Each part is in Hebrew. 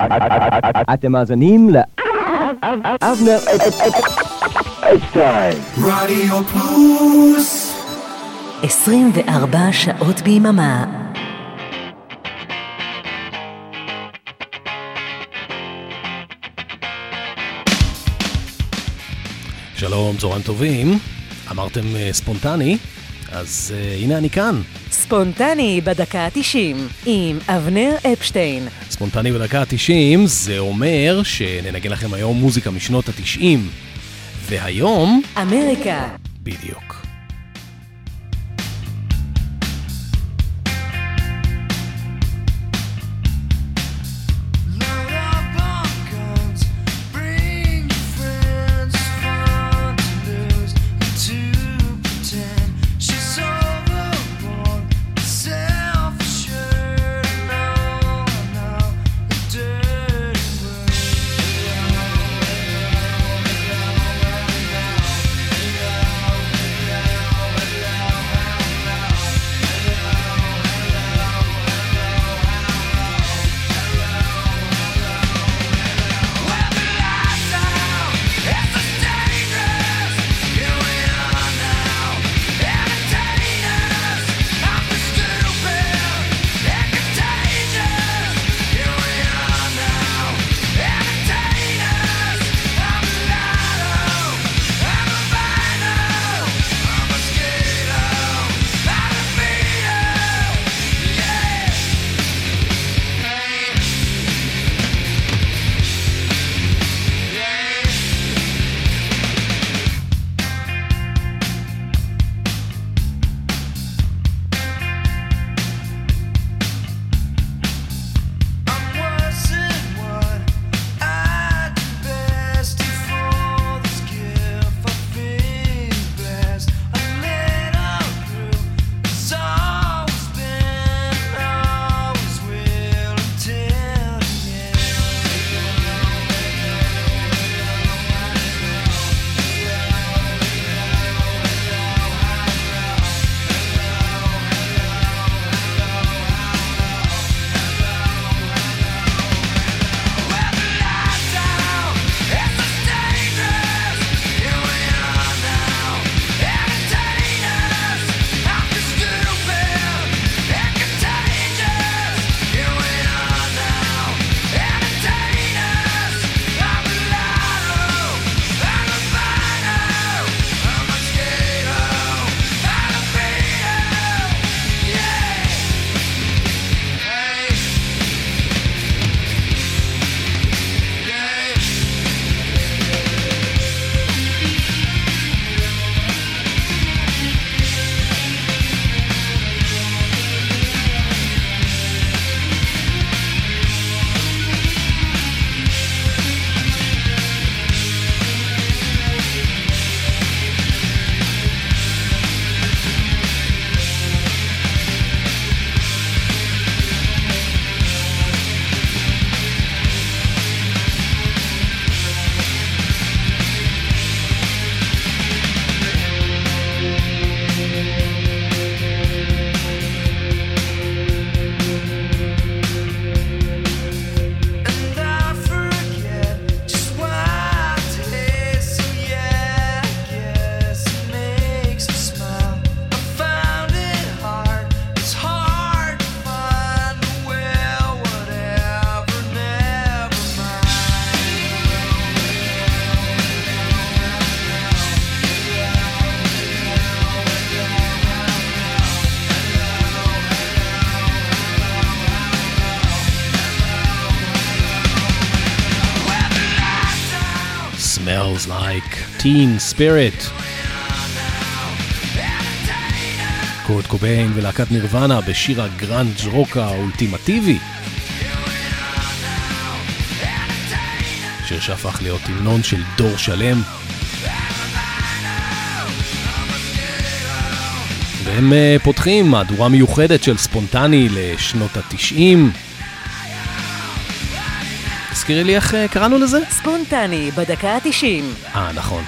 אתם מאזינים לאבנר אפשטיין. רדיו פלוס 24 שעות ביממה. שלום, צהריים טובים. אמרתם ספונטני, אז הנה אני כאן. ספונטני בדקה ה-90 עם אבנר אפשטיין. ספונטני בדקה ה-90 זה אומר שננגן לכם היום מוזיקה משנות ה-90. והיום... אמריקה. בדיוק. Smells like Teen Spirit. קורט קוביין ולהקת נירוונה בשיר הגרנג' רוק האולטימטיבי. שיר שהפך להיות המנון של דור שלם. והם פותחים מהדורה מיוחדת של ספונטני לשנות ה-90. תזכירי לי איך קראנו לזה? ספונטני בדקה ה-90. נכון.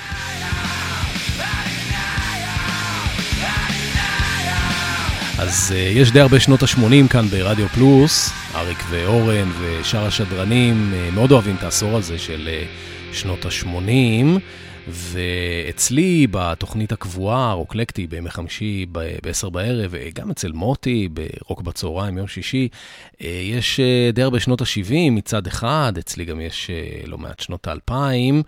אז יש די הרבה שנות ה-80 כאן ברדיו פלוס, אריק ואורן ושאר השדרנים מאוד אוהבים את העשור הזה של שנות ה-80, ואצלי בתוכנית הקבועה, רוקלקטי, בימי חמישי ב-10 בערב, וגם אצל מוטי, ברוק בצהריים, יום שישי, יש די הרבה שנות ה-70 מצד אחד, אצלי גם יש לא מעט שנות ה-2000,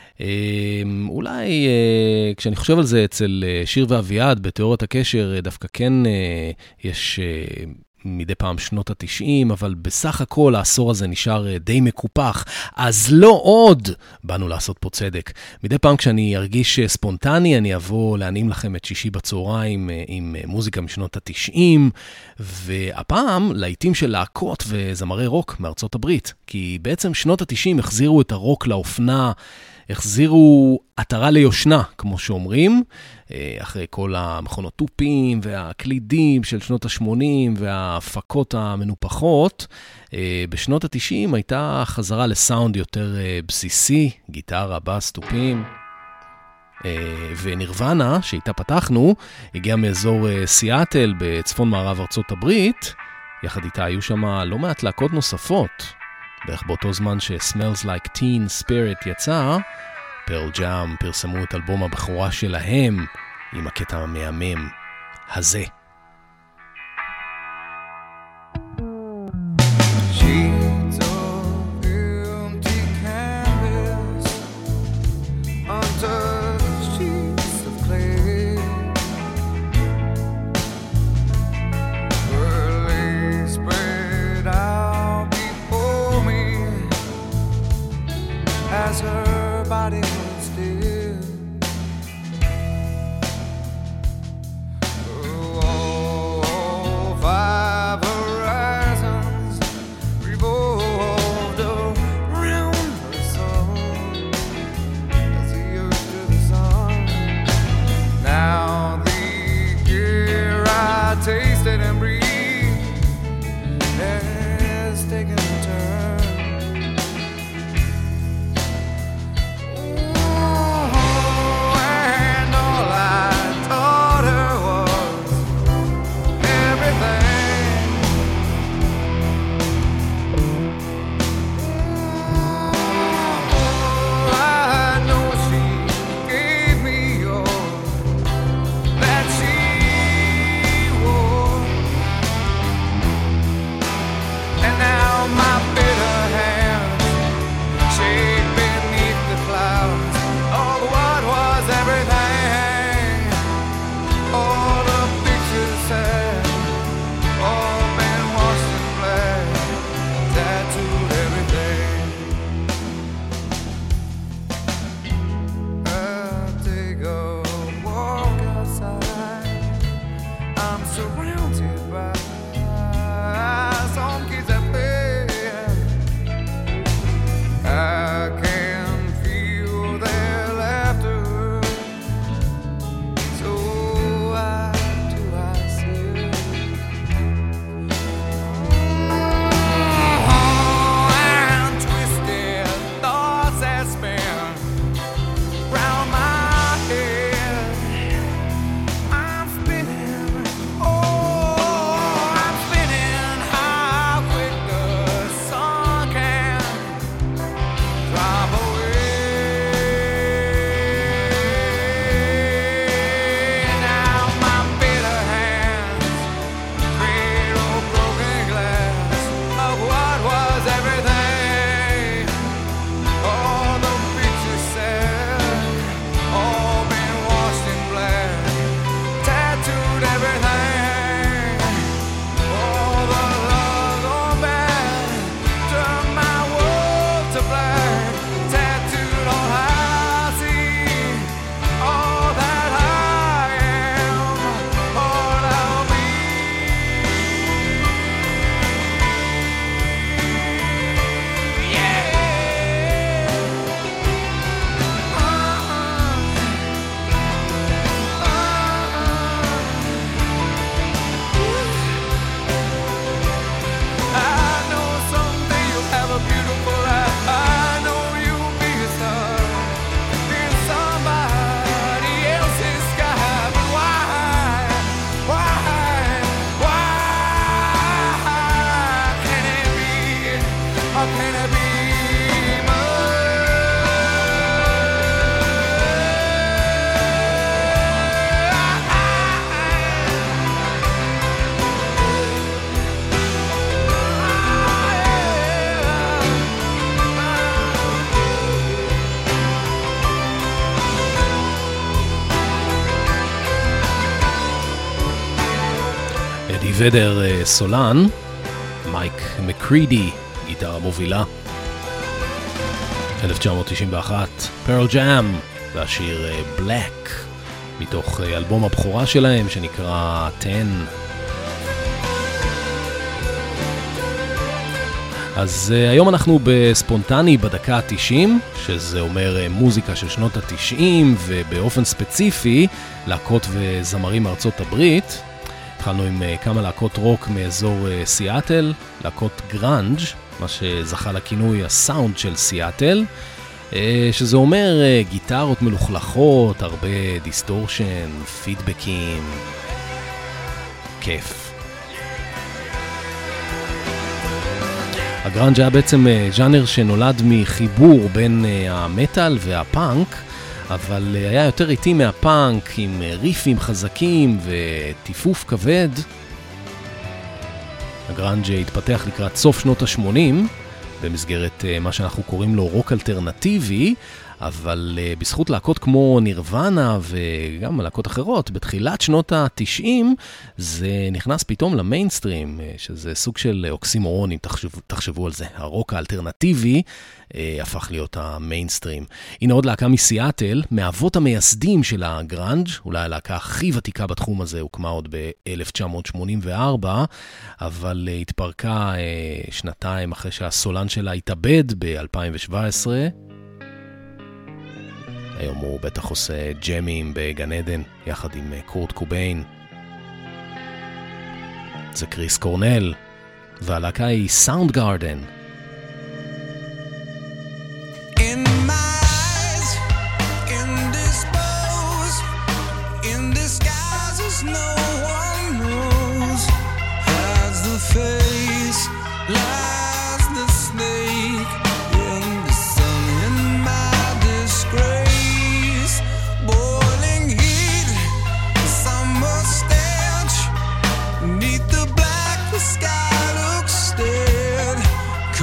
אולי כשאני חושב על זה אצל שיר ואביעד בתיאוריית הקשר דווקא כן יש מדי פעם שנות ה-90, אבל בסך הכל העשור הזה נשאר די מקופח, אז לא עוד באנו לעשות פה צדק. מדי פעם כשאני ארגיש ספונטני, אני אבוא להנעים לכם את שישי בצהריים עם מוזיקה משנות ה-90, והפעם לעיתים של להקות וזמרי רוק מארצות הברית, כי בעצם שנות ה-90 החזירו את הרוק לאופנה, החזירו עטרה ליושנה, כמו שאומרים, אחרי כל המכונות טופים והקלידים של שנות ה-80 וההפקות המנופחות. בשנות ה-90 הייתה חזרה לסאונד יותר בסיסי, גיטרה, בס, טופים. ונירוונה, שאיתה פתחנו, הגיעה מאזור סיאטל בצפון מערב ארצות הברית. יחד איתה היו שם לא מעט להקות נוספות. בערך באותו זמן ש-Smells Like Teen Spirit יצא, פרל ג'אם פרסמו את אלבום הבכורה שלהם עם הקטע המהמם הזה. As her body was still, oh, 5 horizons revolved around her soul as the earth to the sun. Now the air I tasted and breathed has taken a turn. ודר סולן, מייק מקרידי, גיטרה מובילה. 1991, פרל ג'אם, והשיר בלק, מתוך אלבום הבכורה שלהם שנקרא 10. אז היום אנחנו בספונטני בדקה ה-90, שזה אומר מוזיקה של שנות ה-90, ובאופן ספציפי להקות וזמרים מארצות הברית. התחלנו עם כמה להקות רוק מאזור סיאטל, להקות גרנג', מה שזכה לכינוי הסאונד של סיאטל, שזה אומר גיטרות מלוכלכות, הרבה דיסטורשן, פידבקים, כיף. הגרנג' היה בעצם ז'אנר שנולד מחיבור בין המטל והפאנק, אבל היה יותר איטי מהפאנק, עם ריפים חזקים וטיפוף כבד. הגרנג' התפתח לקראת סוף שנות ה-80, במסגרת מה שאנחנו קוראים לו רוק אלטרנטיבי, אבל בזכות להקות כמו נירוונה וגם להקות אחרות, בתחילת שנות ה-90 זה נכנס פתאום למיינסטרים, שזה סוג של אוקסימורון, אם תחשבו על זה. הרוק האלטרנטיבי הפך להיות המיינסטרים. הנה עוד להקה מסיאטל, מאבות המייסדים של הגרנג', אולי הלהקה הכי ותיקה בתחום הזה, הוקמה עוד ב-1984, אבל התפרקה שנתיים אחרי שהסולן שלה התאבד ב-2017. היום הוא בטח עושה ג'מים בגן עדן, יחד עם קורט קוביין. זה קריס קורנל, והלהקה היא סאונד גארדן. Sky looks dead,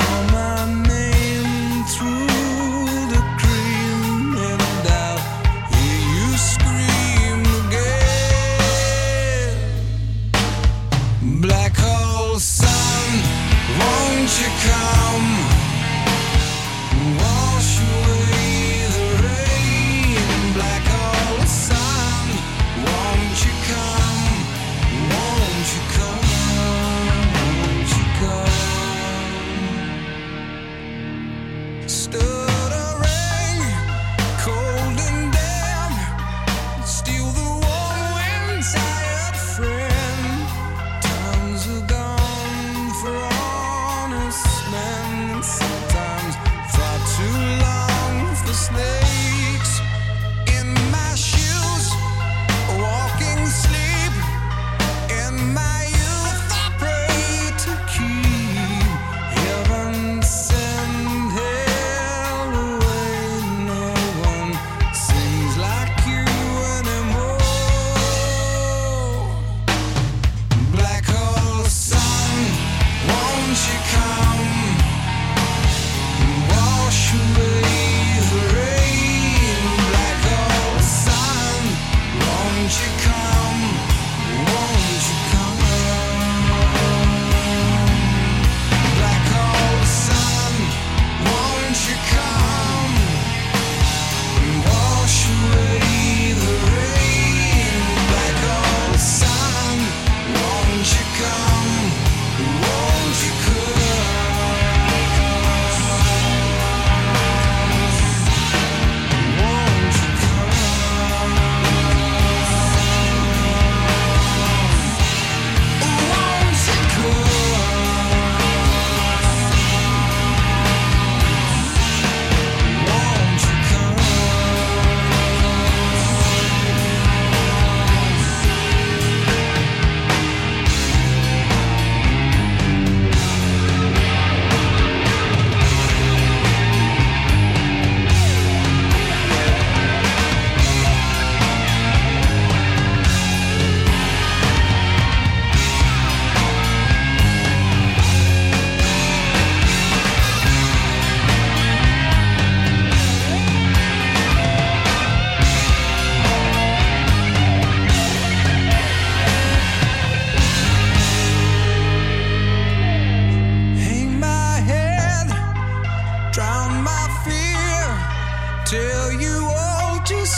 till you all just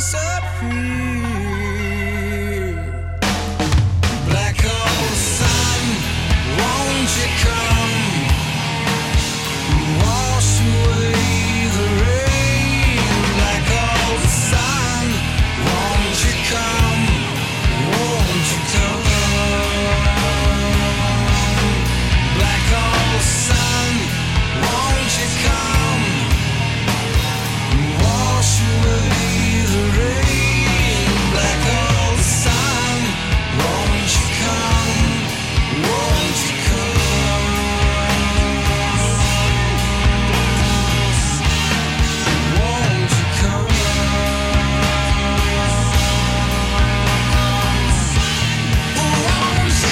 disappear. Black hole sun, won't you come wash away the rain? Black hole sun, won't you come, won't you come? Black hole sun, won't you come wash away the rain? Black hole sun, won't you come, won't you come? Won't you come? Won't you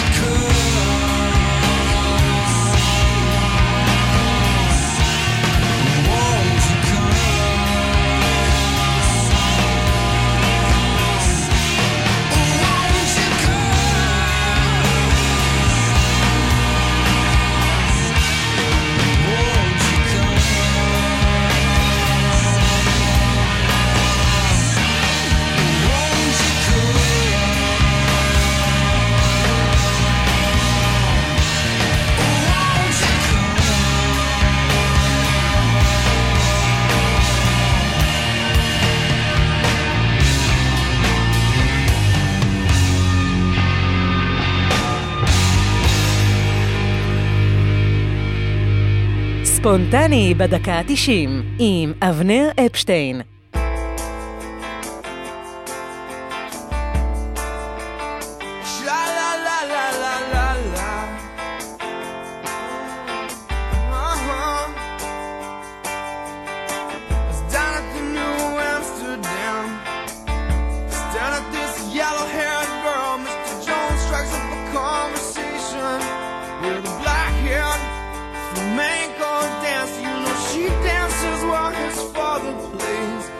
ספונטני בדקה ה-90 עם אבנר אפשטיין. Flamenco dance, you know she dances while his father plays.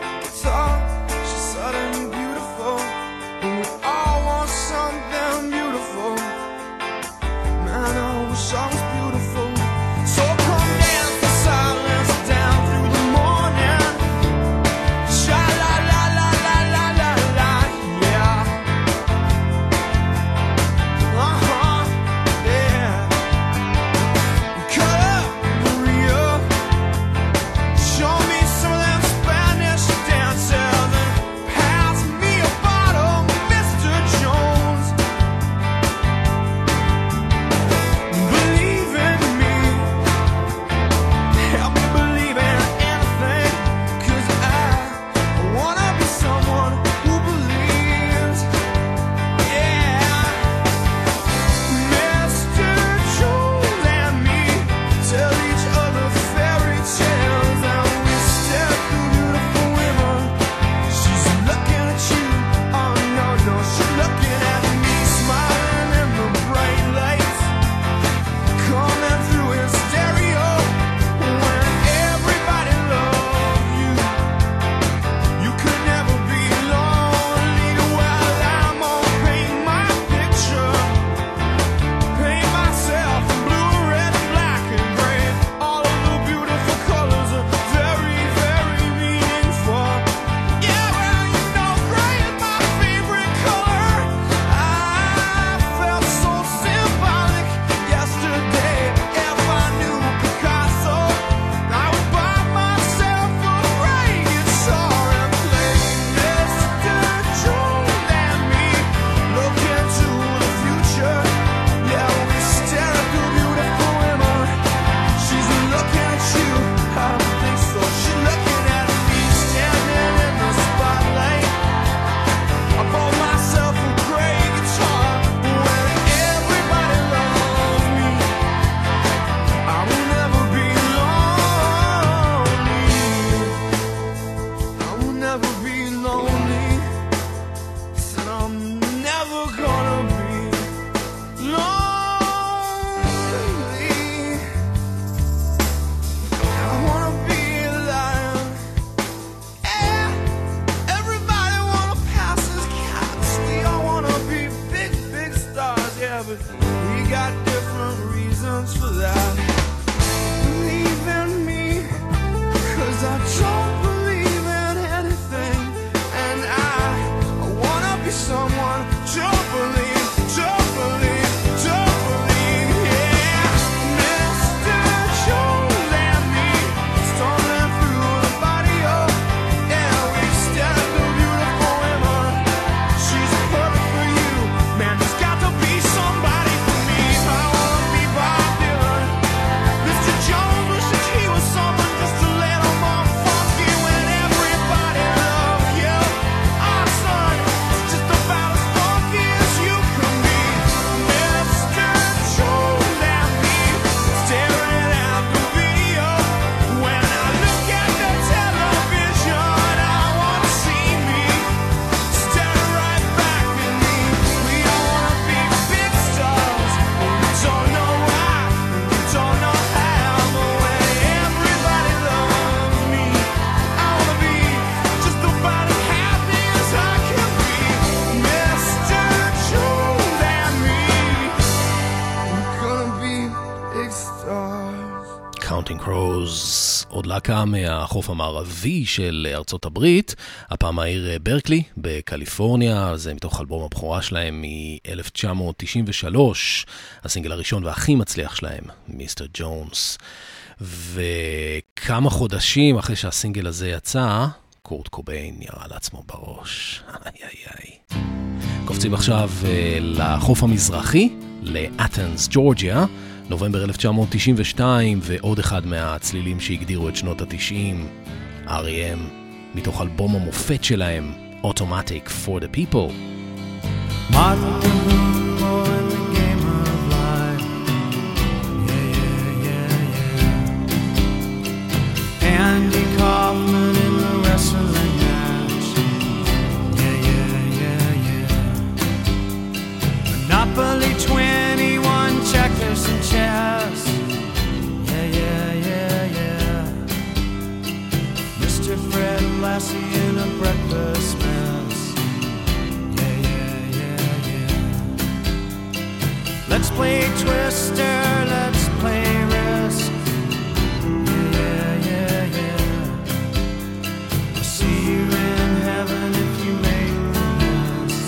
עוד להקה מהחוף המערבי של ארצות הברית, הפעם העיר ברקלי בקליפורניה, זה מתוך אלבום הבכורה שלהם מ-1993, הסינגל הראשון והכי מצליח שלהם, מיסטר ג'ונס. וכמה חודשים אחרי שהסינגל הזה יצא, קורט קוביין ירה לעצמו בראש. קופצים עכשיו לחוף המזרחי, לאתנס, ג'ורג'יה, נובמבר 1992, ועוד אחד מהצלילים שהגדירו את שנות ה-90, R.E.M. מתוך אלבום המופת שלהם, Automatic for the People. Andy Kaufman in the wrestling match. Yeah. Monopoly 21, checkers and chess. Yeah. Mr. Fred Lassie in a breakfast mess. Yeah. Let's play Twister, let's play Risk. See you in heaven if you make the list.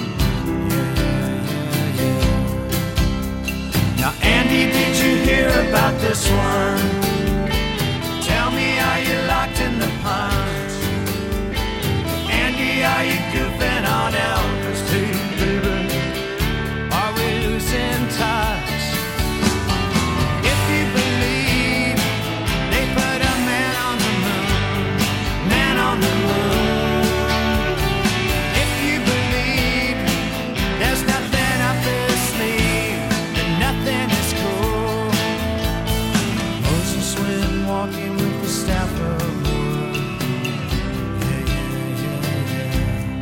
Yeah. Now, Andy, did you hear about this one? Tell me, are you locked in the punch? Andy, are you goofing on Elvis too, baby? Are we losing touch? If you believe they put a man on the moon, on the moon. If you believe there's nothing up his sleeve, then nothing is cool. Moses went walking with the staff of wood. Yeah.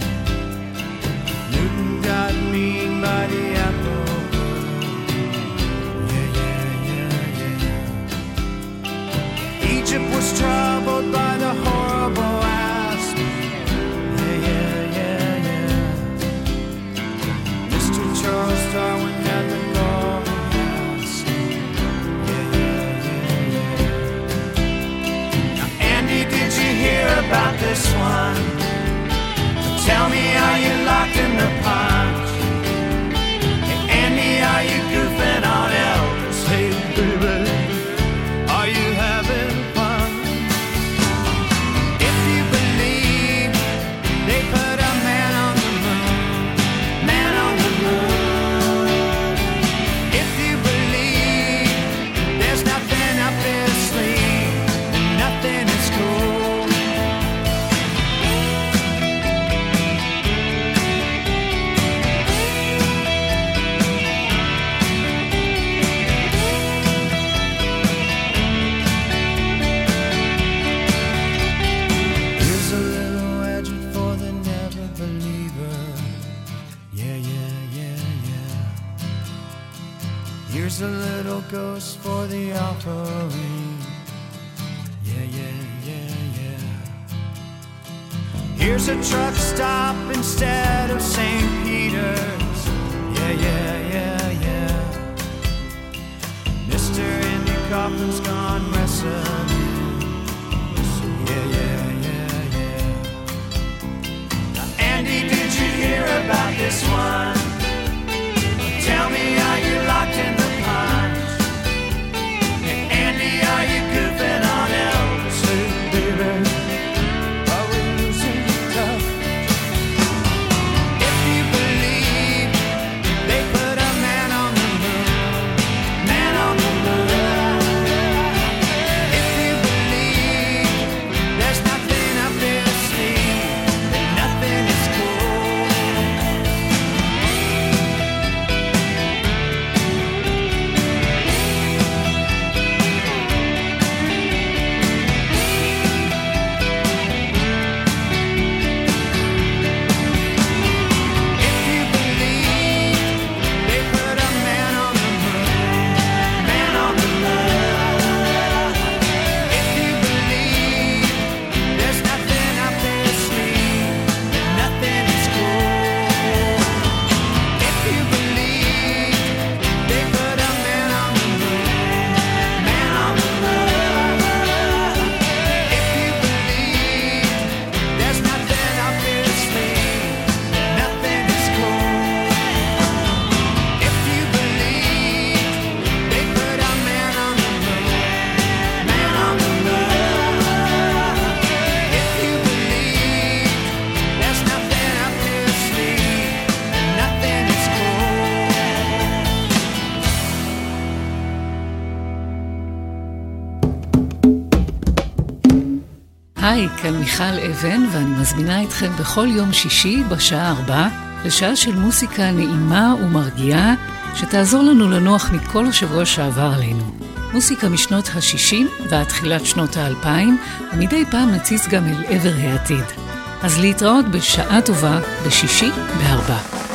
Newton got mean by the apple wood. Yeah. Egypt was troubled by the horrible asp. Yeah. Mr. Charles Darwin had the golden mask. Yeah. Now, Andy, did you hear about this one? Tell me, are you locked in the punch? Hey, Andy, are you goofing on Elvis? Hey, baby, are you having fun? If you believe they put a man on the moon, if you believe there's nothing up his sleeve, then nothing is cool. Here's a little edge for the never believer. Yeah. Here's a little ghost for the offering. Yeah. Here's a truck stop instead of St. Peter's. Yeah. Mr. Andy Kaufman's gone wrestling. Yeah. Now, Andy, did you hear about this one? Tell me, are you locked in the punch? Hey, Andy, are you goofing on Elvis? Hey, baby, are we losing touch? If you believe they put a man on the moon, if you היי, כאן מיכל אבן, ואני מזמינה אתכם בכל יום שישי בשעה 4 לשעה של מוסיקה נעימה ומרגיעה שתעזור לנו לנוח מכל השבוע שעבר עלינו. מוסיקה משנות ה-60 ועד תחילת שנות ה-2000, ומדי פעם נציץ גם אל עבר העתיד. אז להתראות בשעה טובה בשישי ב4.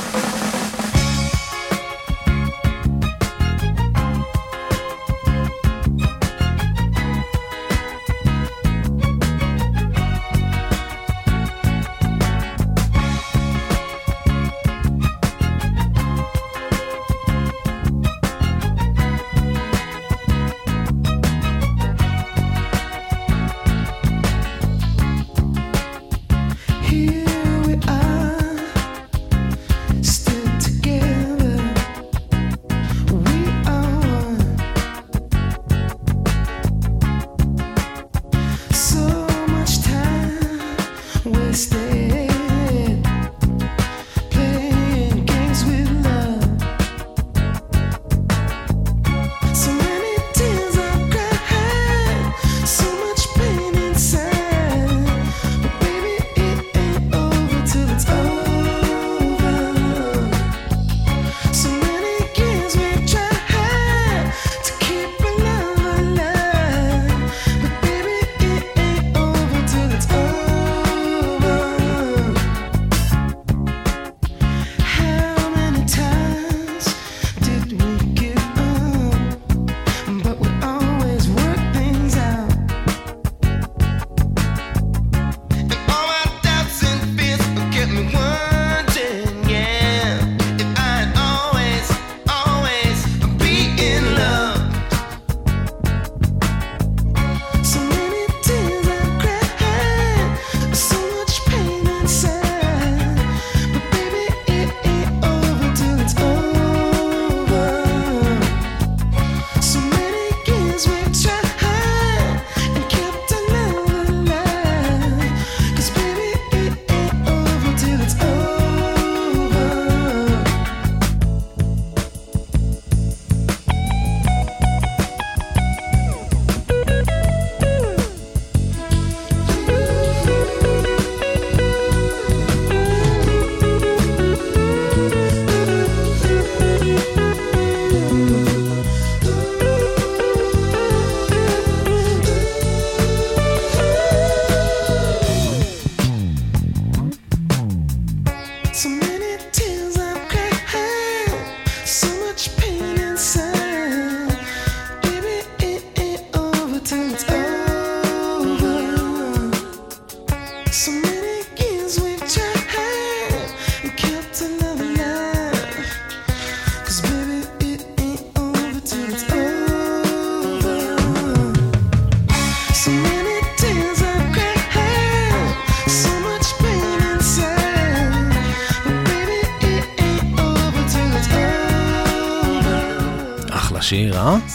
שיר,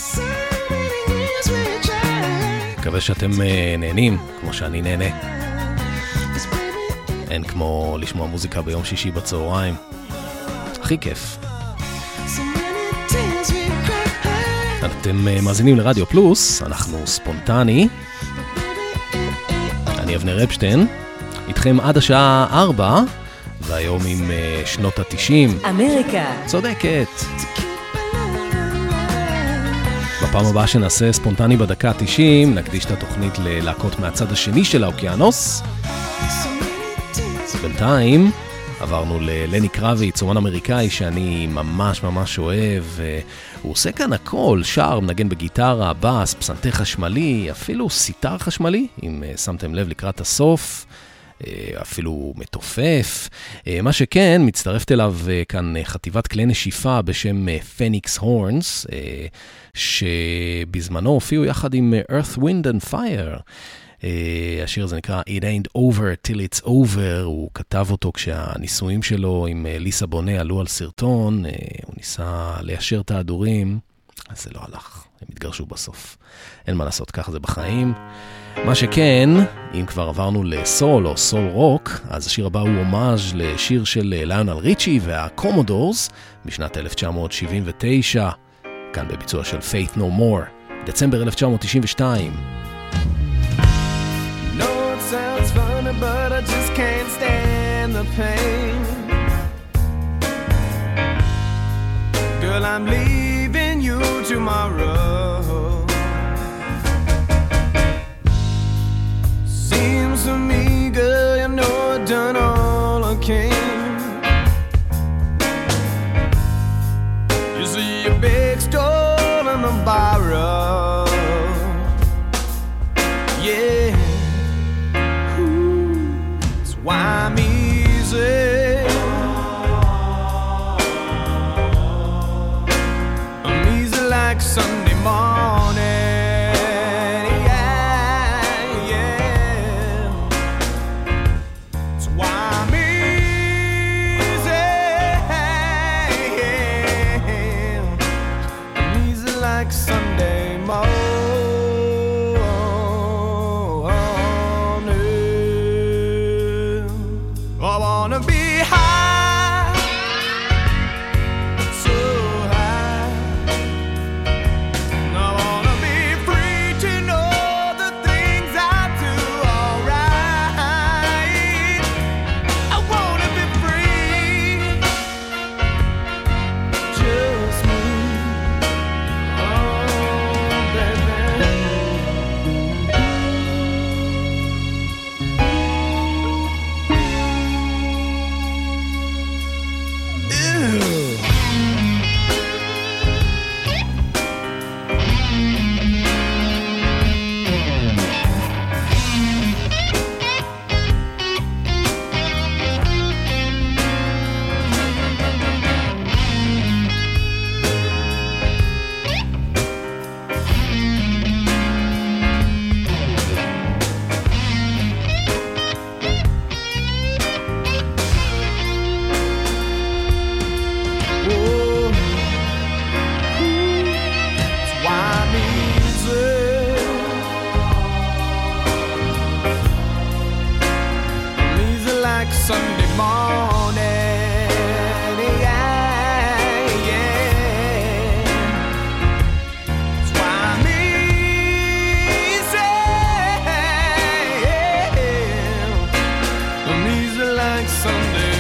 מקווה שאתם נהנים כמו שאני נהנה. אין כמו לשמוע מוזיקה ביום שישי בצהריים, הכי כיף. אתם מאזינים לרדיו פלוס, אנחנו ספונטני, אני אבנר אפשטיין, איתכם עד השעה 4, והיום עם שנות ה-90. אמריקה. צודקת. בפעם הבאה שנעשה ספונטני בדקה ה-90, נקדיש את התוכנית ללהקות מהצד השני של האוקיינוס. בינתיים עברנו ללני קרבי, צומן אמריקאי שאני ממש ממש אוהב. הוא עושה כאן הכל, שר, מנגן בגיטרה, בס, פסנתר חשמלי, אפילו סיטר חשמלי, אם שמתם לב לקראת הסוף. אפילו מתופף. מה שכן, מצטרפת אליו כאן חטיבת כלי נשיפה בשם פניקס הורנס, שבזמנו הופיעו יחד עם Earth, Wind and Fire. השיר הזה נקרא It Ain't Over Till It's Over. הוא כתב אותו כשהניסויים שלו עם ליסה בונה עלו על סרטון. הוא ניסה ליישר את ההדורים, אז זה לא הלך, הם התגרשו בסוף. אין מה לעשות, ככה זה בחיים. מה שכן, אם כבר עברנו לסול או סול רוק, אז השיר הבא הוא הומאז' לשיר של ליונל ריצ'י והקומודורס בשנת 1979, כאן בביצוע של Faith No More, דצמבר 1992. No, it's but I just can't stand the pain. Girl, I'm leaving you tomorrow. Seems to me, girl, you know I've done all I can. You see a big store and a borrow. Yeah. Ooh, that's why I'm easy. Like Sunday morning, yeah, yeah. That's why I'm easy, yeah. I'm easy like Sunday morning. I wanna be high, so high. Sunday morning, yeah, yeah. That's why I'm easy. I'm easy like Sunday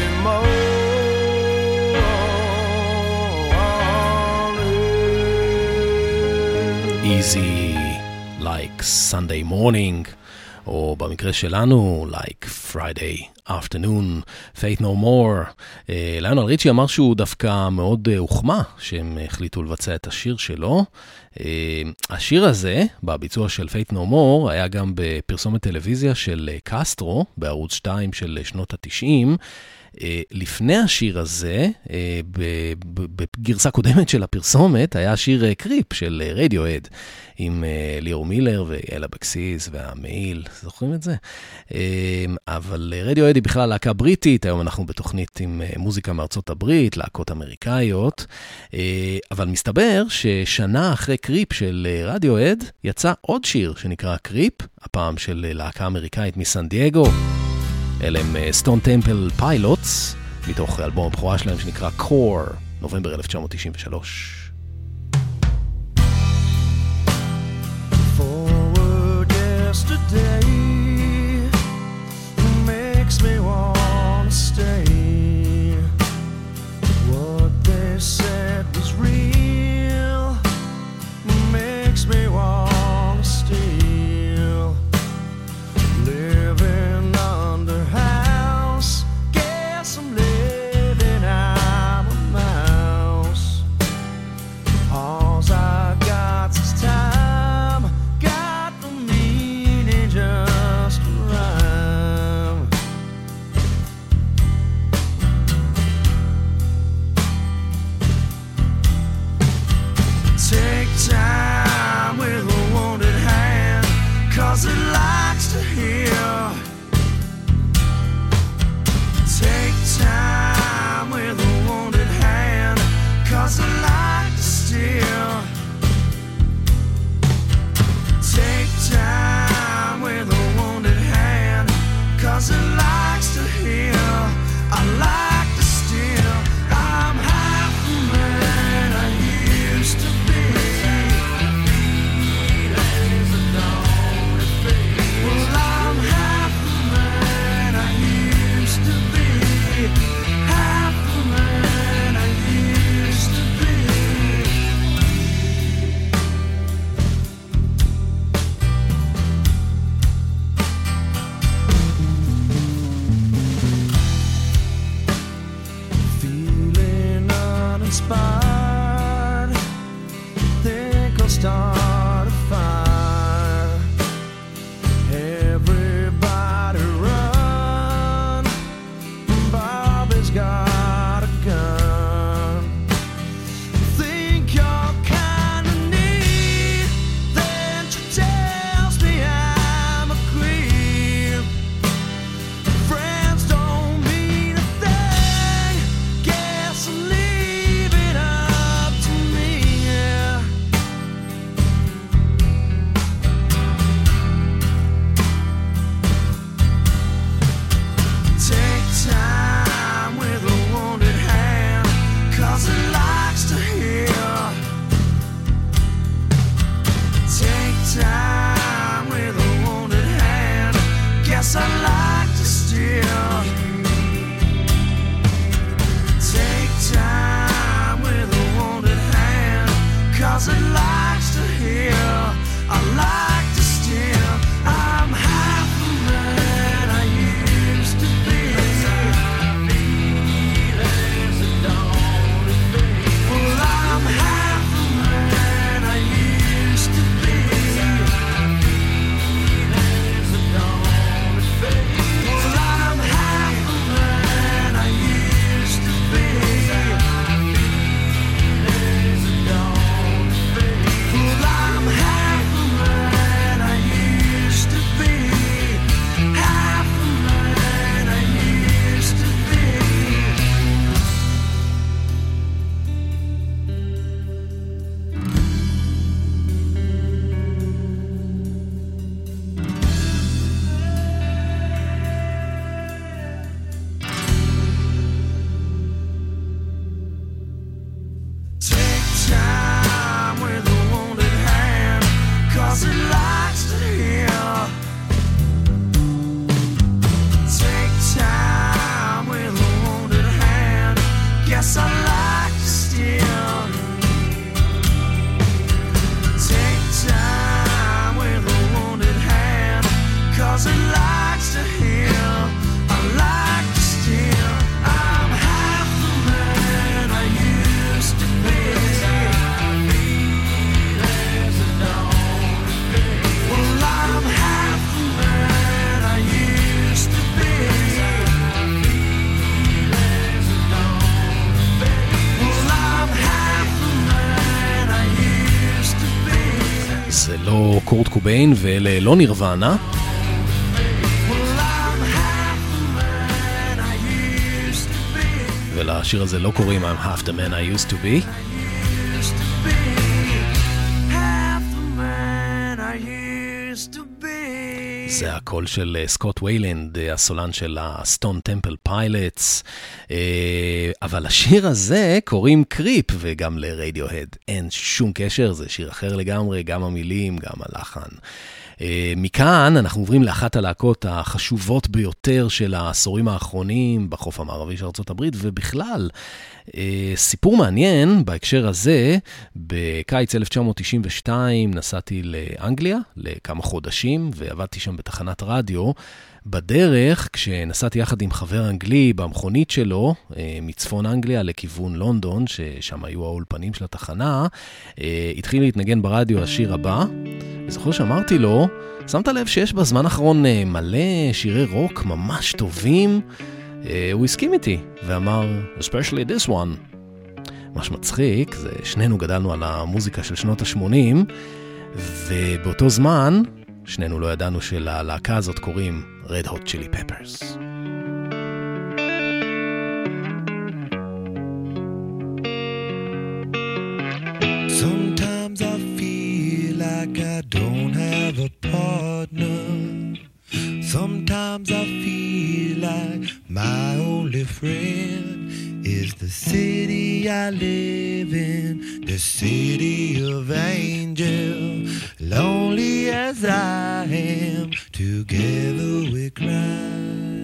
morning. Easy like Sunday morning, או במקרה שלנו, like Friday afternoon, Faith No More. ליונל ריצ'י אמר שהוא דווקא מאוד הוחמה שהם החליטו לבצע את השיר שלו. השיר הזה, בביצוע של Faith No More, היה גם בפרסומת טלוויזיה של קסטרו, בערוץ 2 של שנות ה-90. לפני השיר הזה, בגרסה קודמת של הפרסומת, היה השיר קריפ של רדיואד, עם ליאור מילר ואלה בקסיס והמייל, זוכרים את זה? אבל רדיואד היא בכלל להקה בריטית, היום אנחנו בתוכנית עם מוזיקה מארצות הברית, להקות אמריקאיות, אבל מסתבר ששנה אחרי קריפ של רדיואד, יצא עוד שיר שנקרא קריפ, הפעם של להקה אמריקאית מסן דייגו, אלה הם סטון טמפל פיילוטס, מתוך אלבום הבכורה שלהם שנקרא Core, נובמבר 1993. Forward yesterday makes me want to stay. What they said was real makes me want to steal. Living under house, guess I'm living out a mouse. Guess I'd like to still take time with a wounded hand, 'cause it likes to heal. I like to steal. I'm half the man I used to be. Well, I'm half the man I used to be. Well, I'm half the man I used to be. Well, I'm half the man I used to be. Half the man I used to be. Take time with a wounded hand, 'cause it likes to heal. Take time with a wounded hand. Guess I like to steal. Take time with a wounded hand, 'cause it likes to heal. I like to steal. I'm half the man I used to be. Well, I'm half the man I used to be. Well, I'm half the man I used to be. זה לא קורט קוביין ואלה לא נירוונה. Well, I'm half the man I used to be. ולשיר הזה לא קוראים I'm half the man I used to be. Used to be. Half the man I used to be. זה הקול של סקוט ויילנד, הסולן של הסטון טמפל פיילוטס. אבל השיר הזה קוראים קריפ, וגם לרדיוהד אין שום קשר, זה שיר אחר לגמרי, גם המילים, גם הלחן. מכאן אנחנו עוברים לאחת הלהקות החשובות ביותר של העשורים האחרונים בחוף המערבי של ארצות הברית, ובכלל, סיפור מעניין בהקשר הזה, בקיץ 1992 נסעתי לאנגליה לכמה חודשים, ועבדתי שם בתחנת רדיו. בדרך, כשנסעתי יחד עם חבר אנגלי במכונית שלו, מצפון אנגליה לכיוון לונדון, ששם היו האולפנים של התחנה, התחיל להתנגן ברדיו השיר הבא. זוכר שאמרתי לו, שמת לב שיש בזמן האחרון מלא שירי רוק ממש טובים? הוא הסכים איתי, ואמר, especially this one. ממש מצחיק, זה שנינו גדלנו על המוזיקה של שנות ה-80, ובאותו זמן, שנינו לא ידענו שלהקה הזאת קוראים Red Hot Chili Peppers. Sometimes I feel like I don't have a partner. Sometimes I feel like my only friend is the city I live in, the city of angels. Lonely as I am, together we cry.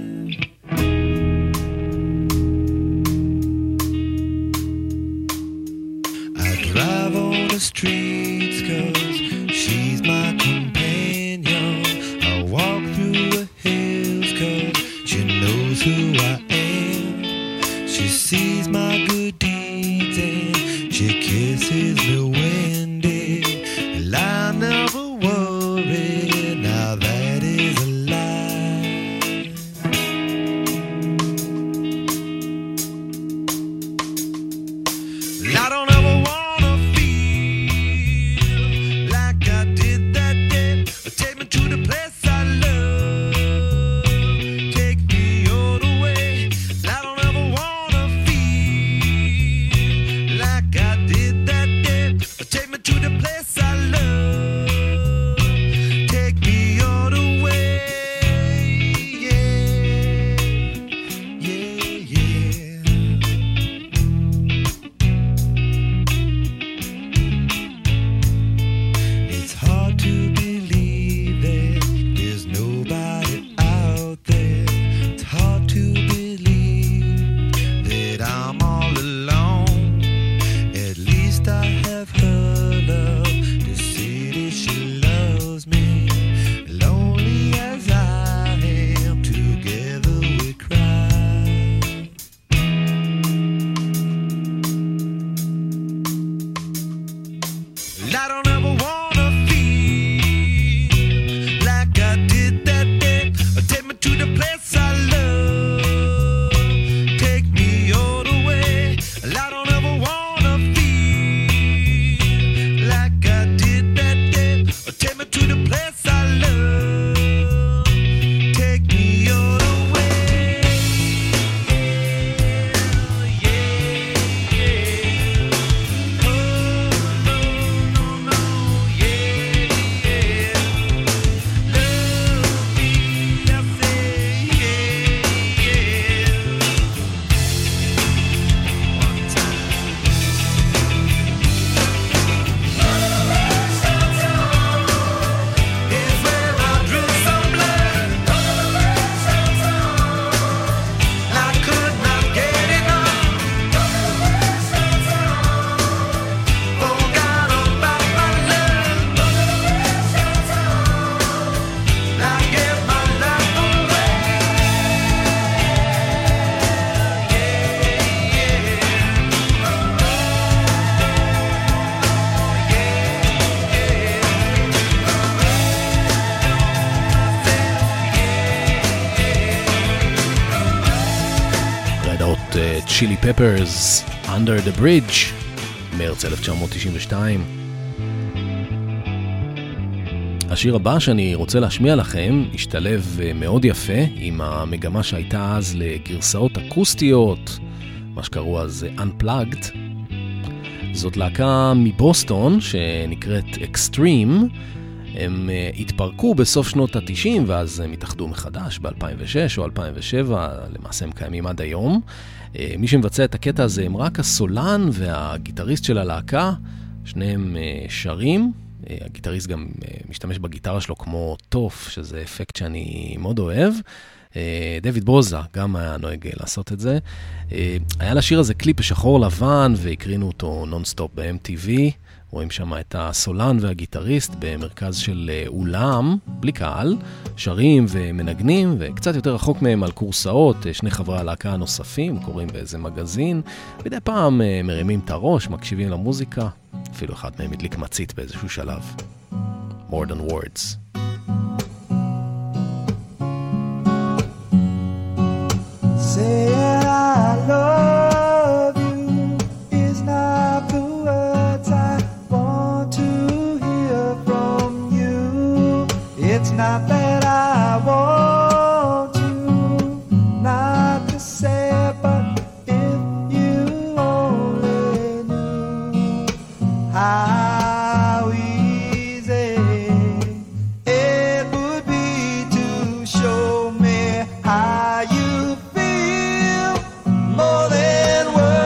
I drive on the streets 'cause she's my companion. I walk through the hills 'cause she knows who I am. She sees my good deeds and she kisses me windy. And I never worry, now that is a lie. צ'ילי פפרס, Under the Bridge, מרץ 1992. השיר הבא שאני רוצה להשמיע לכם השתלב מאוד יפה עם המגמה שהייתה אז לגרסאות אקוסטיות, מה שקראו אז Unplugged. זאת להקה מבוסטון שנקראת Extreme. הם התפרקו בסוף שנות ה-90 ואז הם התאחדו מחדש ב-2006 או 2007, למעשה הם קיימים עד היום. מי שמבצע את הקטע הזה הם רק הסולן והגיטריסט של הלהקה, שניהם שרים. הגיטריסט גם משתמש בגיטרה שלו כמו טוף, שזה אפקט שאני מאוד אוהב. דויד בוזה גם היה נוהג לעשות את זה. היה לשיר הזה קליפ בשחור לבן והקרינו אותו נונסטופ ב-MTV. רואים שם את הסולן והגיטריסט במרכז של אולם, בלי קהל, שרים ומנגנים, וקצת יותר רחוק מהם על קורסאות, שני חברי הלהקה הנוספים, קוראים באיזה מגזין, מדי פעם מרימים את הראש, מקשיבים למוזיקה, אפילו אחד מהם הדליק מצית באיזשהו שלב. More than words. Say I love you is not the words I want to hear from you. It's not that I want you not to say, but if you only knew how easy it would be to show me how you more than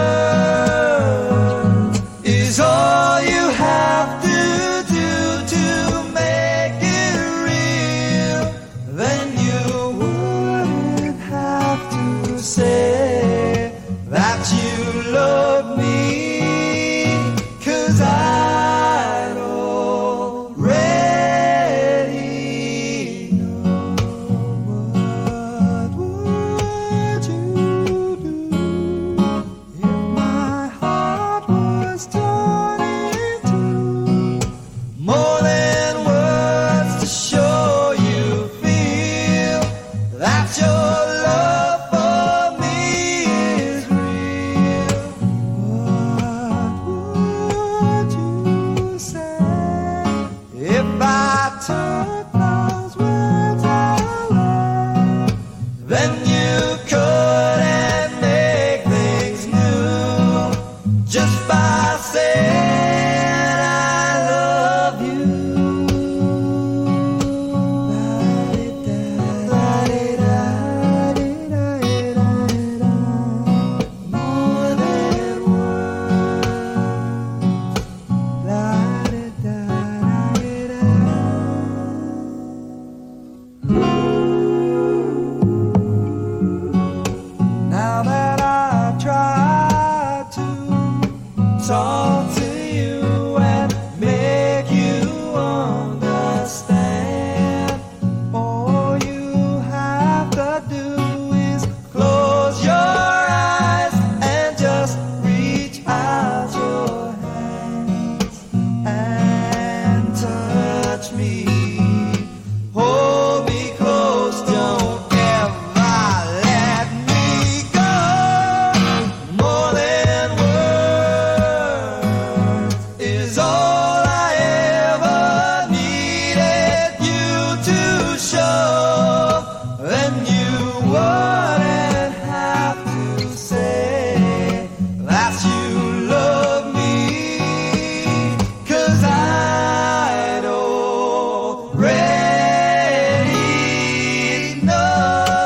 words is all you have to do to make it real. Then you wouldn't have to say that you love me, 'cause I'd already know. What would you do if my heart was torn in two? More than words to show you feel that your love for me is real. What would you say if I took those words away? Then you couldn't make things new just by saying I love you. More than Now that I've tried to talk to you and make you understand, all you have to do is close your eyes and just reach out your hands and touch me. Hold me close, don't ever let me go. More than words is all I ever needed you to show. Then you wouldn't have to say that you love me, 'cause I'd already know.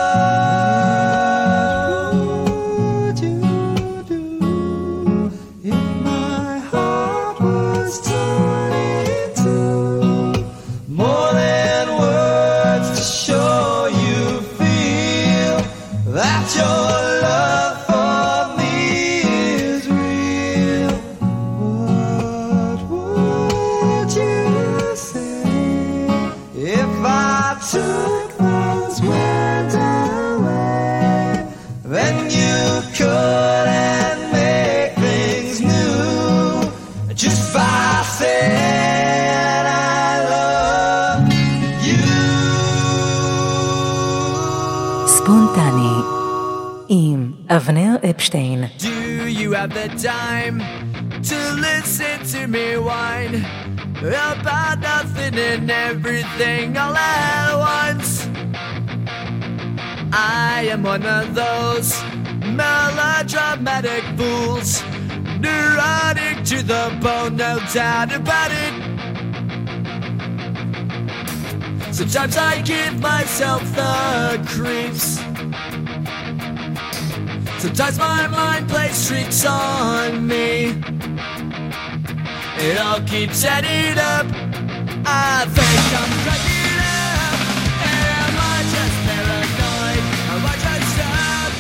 What would you do if my heart was torn in two? More than words to show you feel that your love for me is real. What would you say if I took those words away? Then you couldn't make things new just by saying I love you. ספונטני, עם אבנר אפשטיין. Do you have the time to listen to me whine about nothing and everything all at once? I am one of those melodramatic fools, neurotic to the bone, no doubt about it. Sometimes I give myself the creeps. Sometimes my mind plays tricks on me. It all keeps adding up. I think I'm cracking up. Am I just paranoid? Am I just up?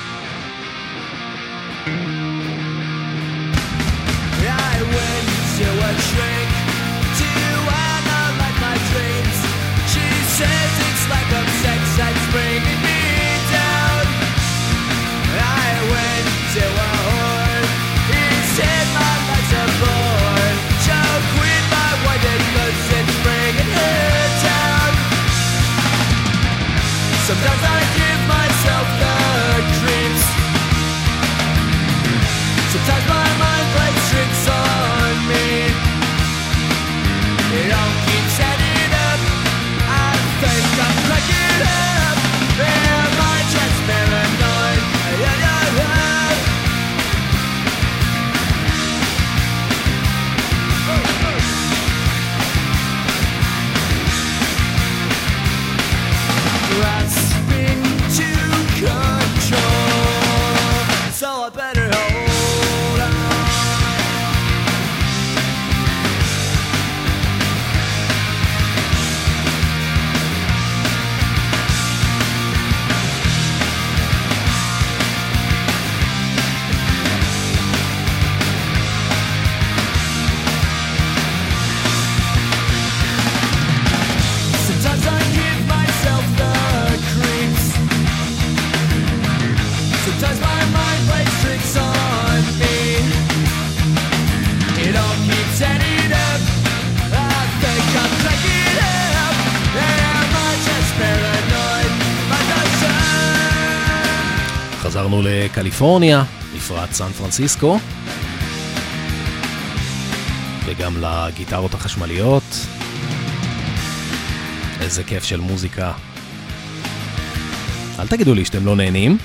I went to a shrink to analyze my dreams. She says it's like a sex that's bringing me down. I went to a whore. He said my life's a bore. Choke with my white cause it's bringing her down. Sometimes I give myself the creeps. Sometimes my mind plays tricks on me. It all keeps adding up. I think I'm cracking up. Am I just paranoid? Grasping to control, so I better hold on. Sometimes I give myself the creeps. Sometimes my mind plays tricks on me. It all keeps adding up. I think I'm cracking up. Am I just paranoid? Am I just up? חזרנו לקליפורניה, בפרט סן פרנסיסקו, וגם לגיטרות החשמליות. איזה כיף של מוזיקה. אל תגידו לי שאתם לא נהנים.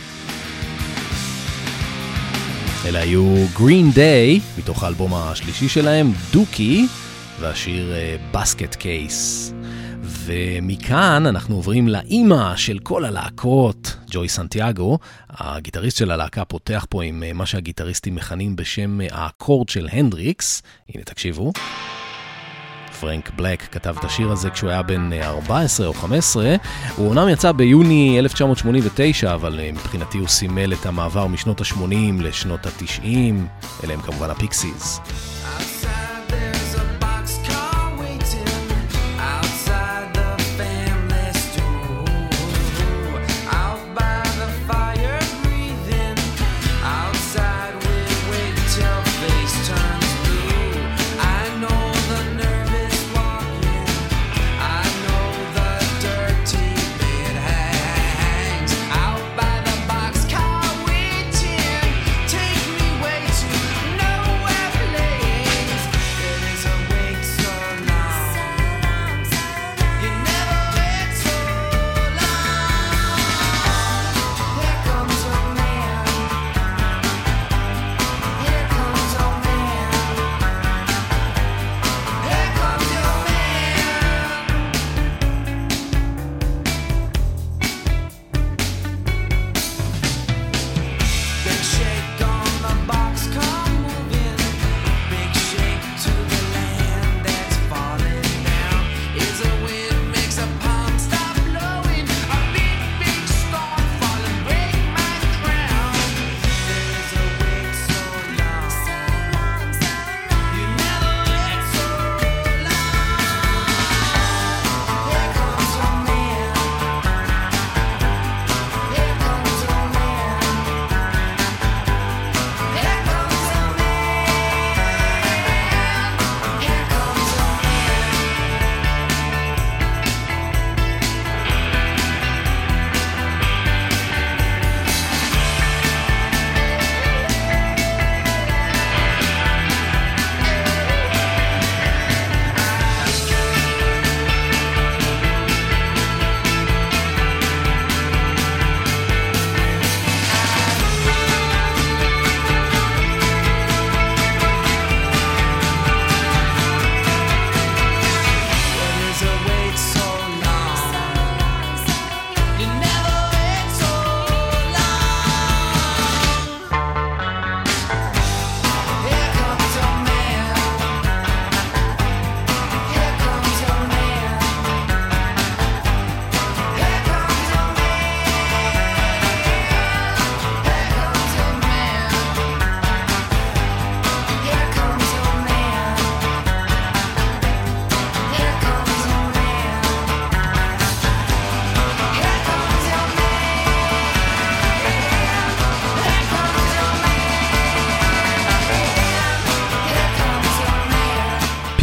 אלה היו Green Day, מתוך האלבום השלישי שלהם, דוקי, והשיר Basket Case. ומכאן אנחנו עוברים לאימא של כל הלהקות, ג'וי סנטיאגו. הגיטריסט של הלהקה פותח פה עם מה שהגיטריסטים מכנים בשם האקורד של הנדריקס. הנה תקשיבו. פרנק בלק כתב את השיר הזה כשהוא היה בן 14 או 15. הוא אומנם יצא ביוני 1989, אבל מבחינתי הוא סימל את המעבר משנות ה-80 לשנות ה-90. אלה הם כמובן הפיקסיז. Outside there's a boxcar waiting. Outside the family store. Out by the fire breathing. Outside we wait till face turns blue. I know the nervous walking. I know the dirty bed hangs. Out by the boxcar waiting. Take me way to nowhere place.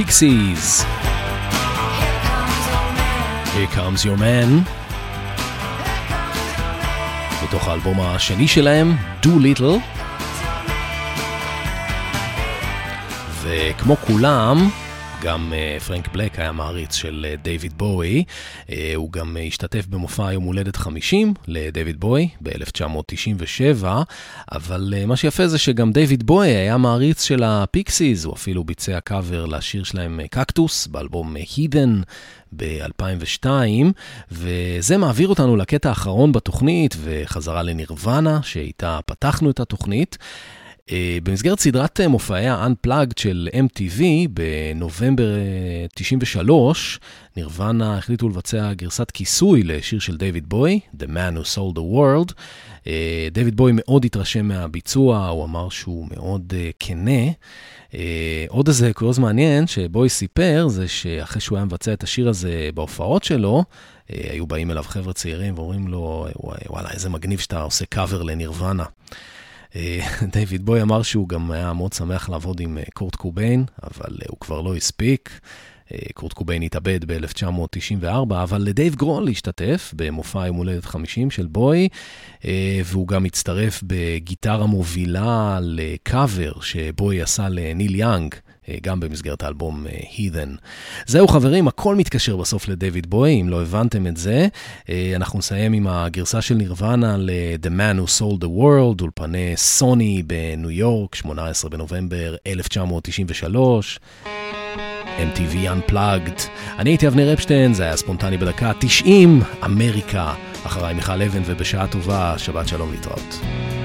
Pixies. Here comes your man. מתוך האלבום השני שלהם, Do Little. וכמו כולם, גם פרנק בלק היה מעריץ של דיוויד בואי. הוא גם השתתף במופע יום הולדת 50 לדיוויד בואי ב-1997, אבל מה שיפה זה שגם דיוויד בואי היה מעריץ של הפיקסיז. הוא אפילו ביצע קאבר לשיר שלהם קקטוס באלבום הידן ב-2002, וזה מעביר אותנו לקטע האחרון בתוכנית וחזרה לנירוונה שאיתה פתחנו את התוכנית. במסגרת סדרת מופעי ה-Unplugged של MTV בנובמבר 93, נירוונה החליטו לבצע גרסת כיסוי לשיר של דיוויד בואי, The Man Who Sold the World. דיוויד בואי מאוד התרשם מהביצוע, הוא אמר שהוא מאוד כנה. עוד איזה קוריוז מעניין שבואי סיפר, זה שאחרי שהוא היה מבצע את השיר הזה בהופעות שלו, היו באים אליו חבר'ה צעירים ואומרים לו, וואלה, איזה מגניב שאתה עושה קאבר לנירוונה. דיוויד בואי אמר שהוא גם היה מאוד שמח לעבוד עם קורט קוביין, אבל הוא כבר לא הספיק. קורט קוביין התאבד ב-1994, אבל לדייב גרול השתתף במופע יום הולדת 50 של בואי, והוא גם הצטרף בגיטרה מובילה לקאבר שבואי עשה לניל יאנג, גם במסגרת האלבום הידן. זהו חברים, הכל מתקשר בסוף לדיוויד בואי, אם לא הבנתם את זה. אנחנו נסיים עם הגרסה של נירוונה ל-The Man Who Sold the World, אולפני סוני בניו יורק, 18 בנובמבר 1993. MTV Unplugged. אני הייתי אבנר אפשטיין, זה היה ספונטני בדקה 90, אמריקה. אחריי מיכל אבן ובשעה טובה, שבת שלום להתראות.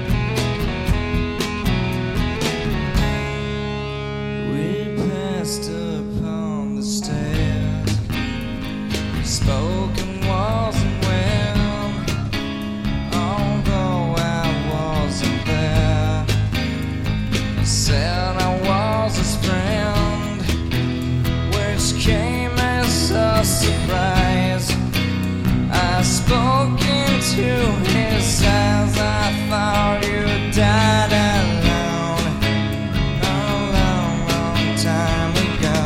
Spoken wasn't well, although I wasn't there. Said I was his friend, which came as a surprise. I spoke into his eyes, I thought you died alone, a long, long time ago.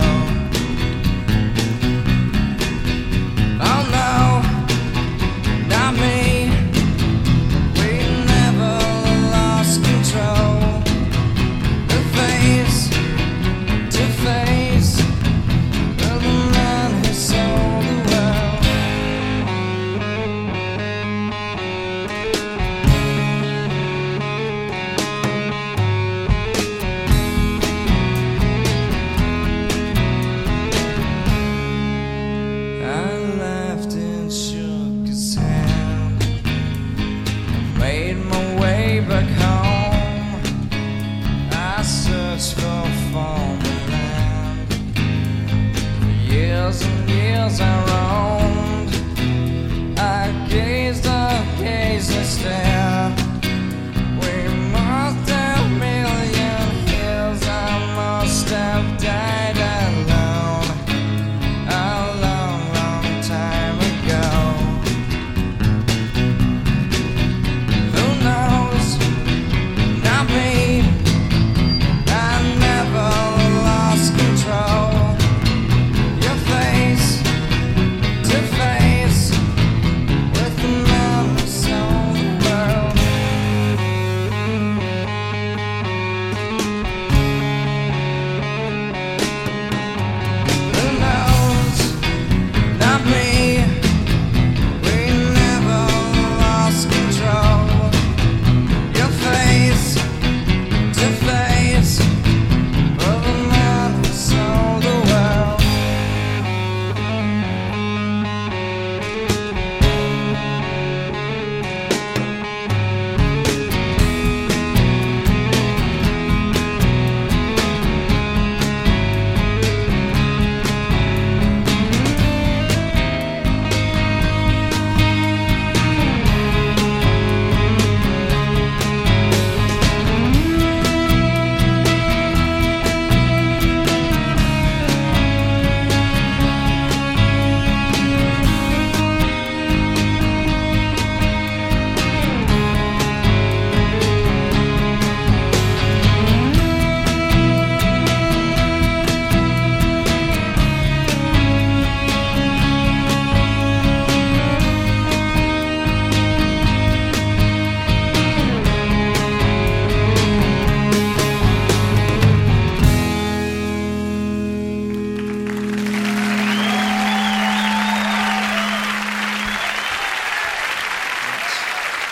Oh no, not me. We never lost control. The face to face of the man who sold the world. I laughed and shook his hand, made my way back home. I searched for former land. For years and years I roamed. I gazed and stared. We must have million years. I must have died alone, a long, long time ago. Who knows? Not me. I never lost control. Your face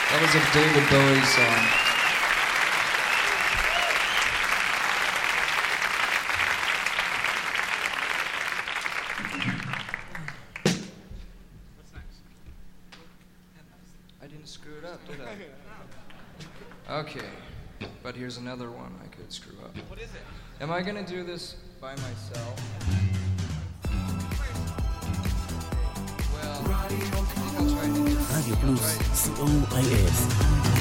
That was a David Bowie song. I didn't screw it up, did I? Okay, but here's another one I could screw up. What is it? Am I gonna do this by myself? Well, I think I'll try to do רדיו פלוס, COIF.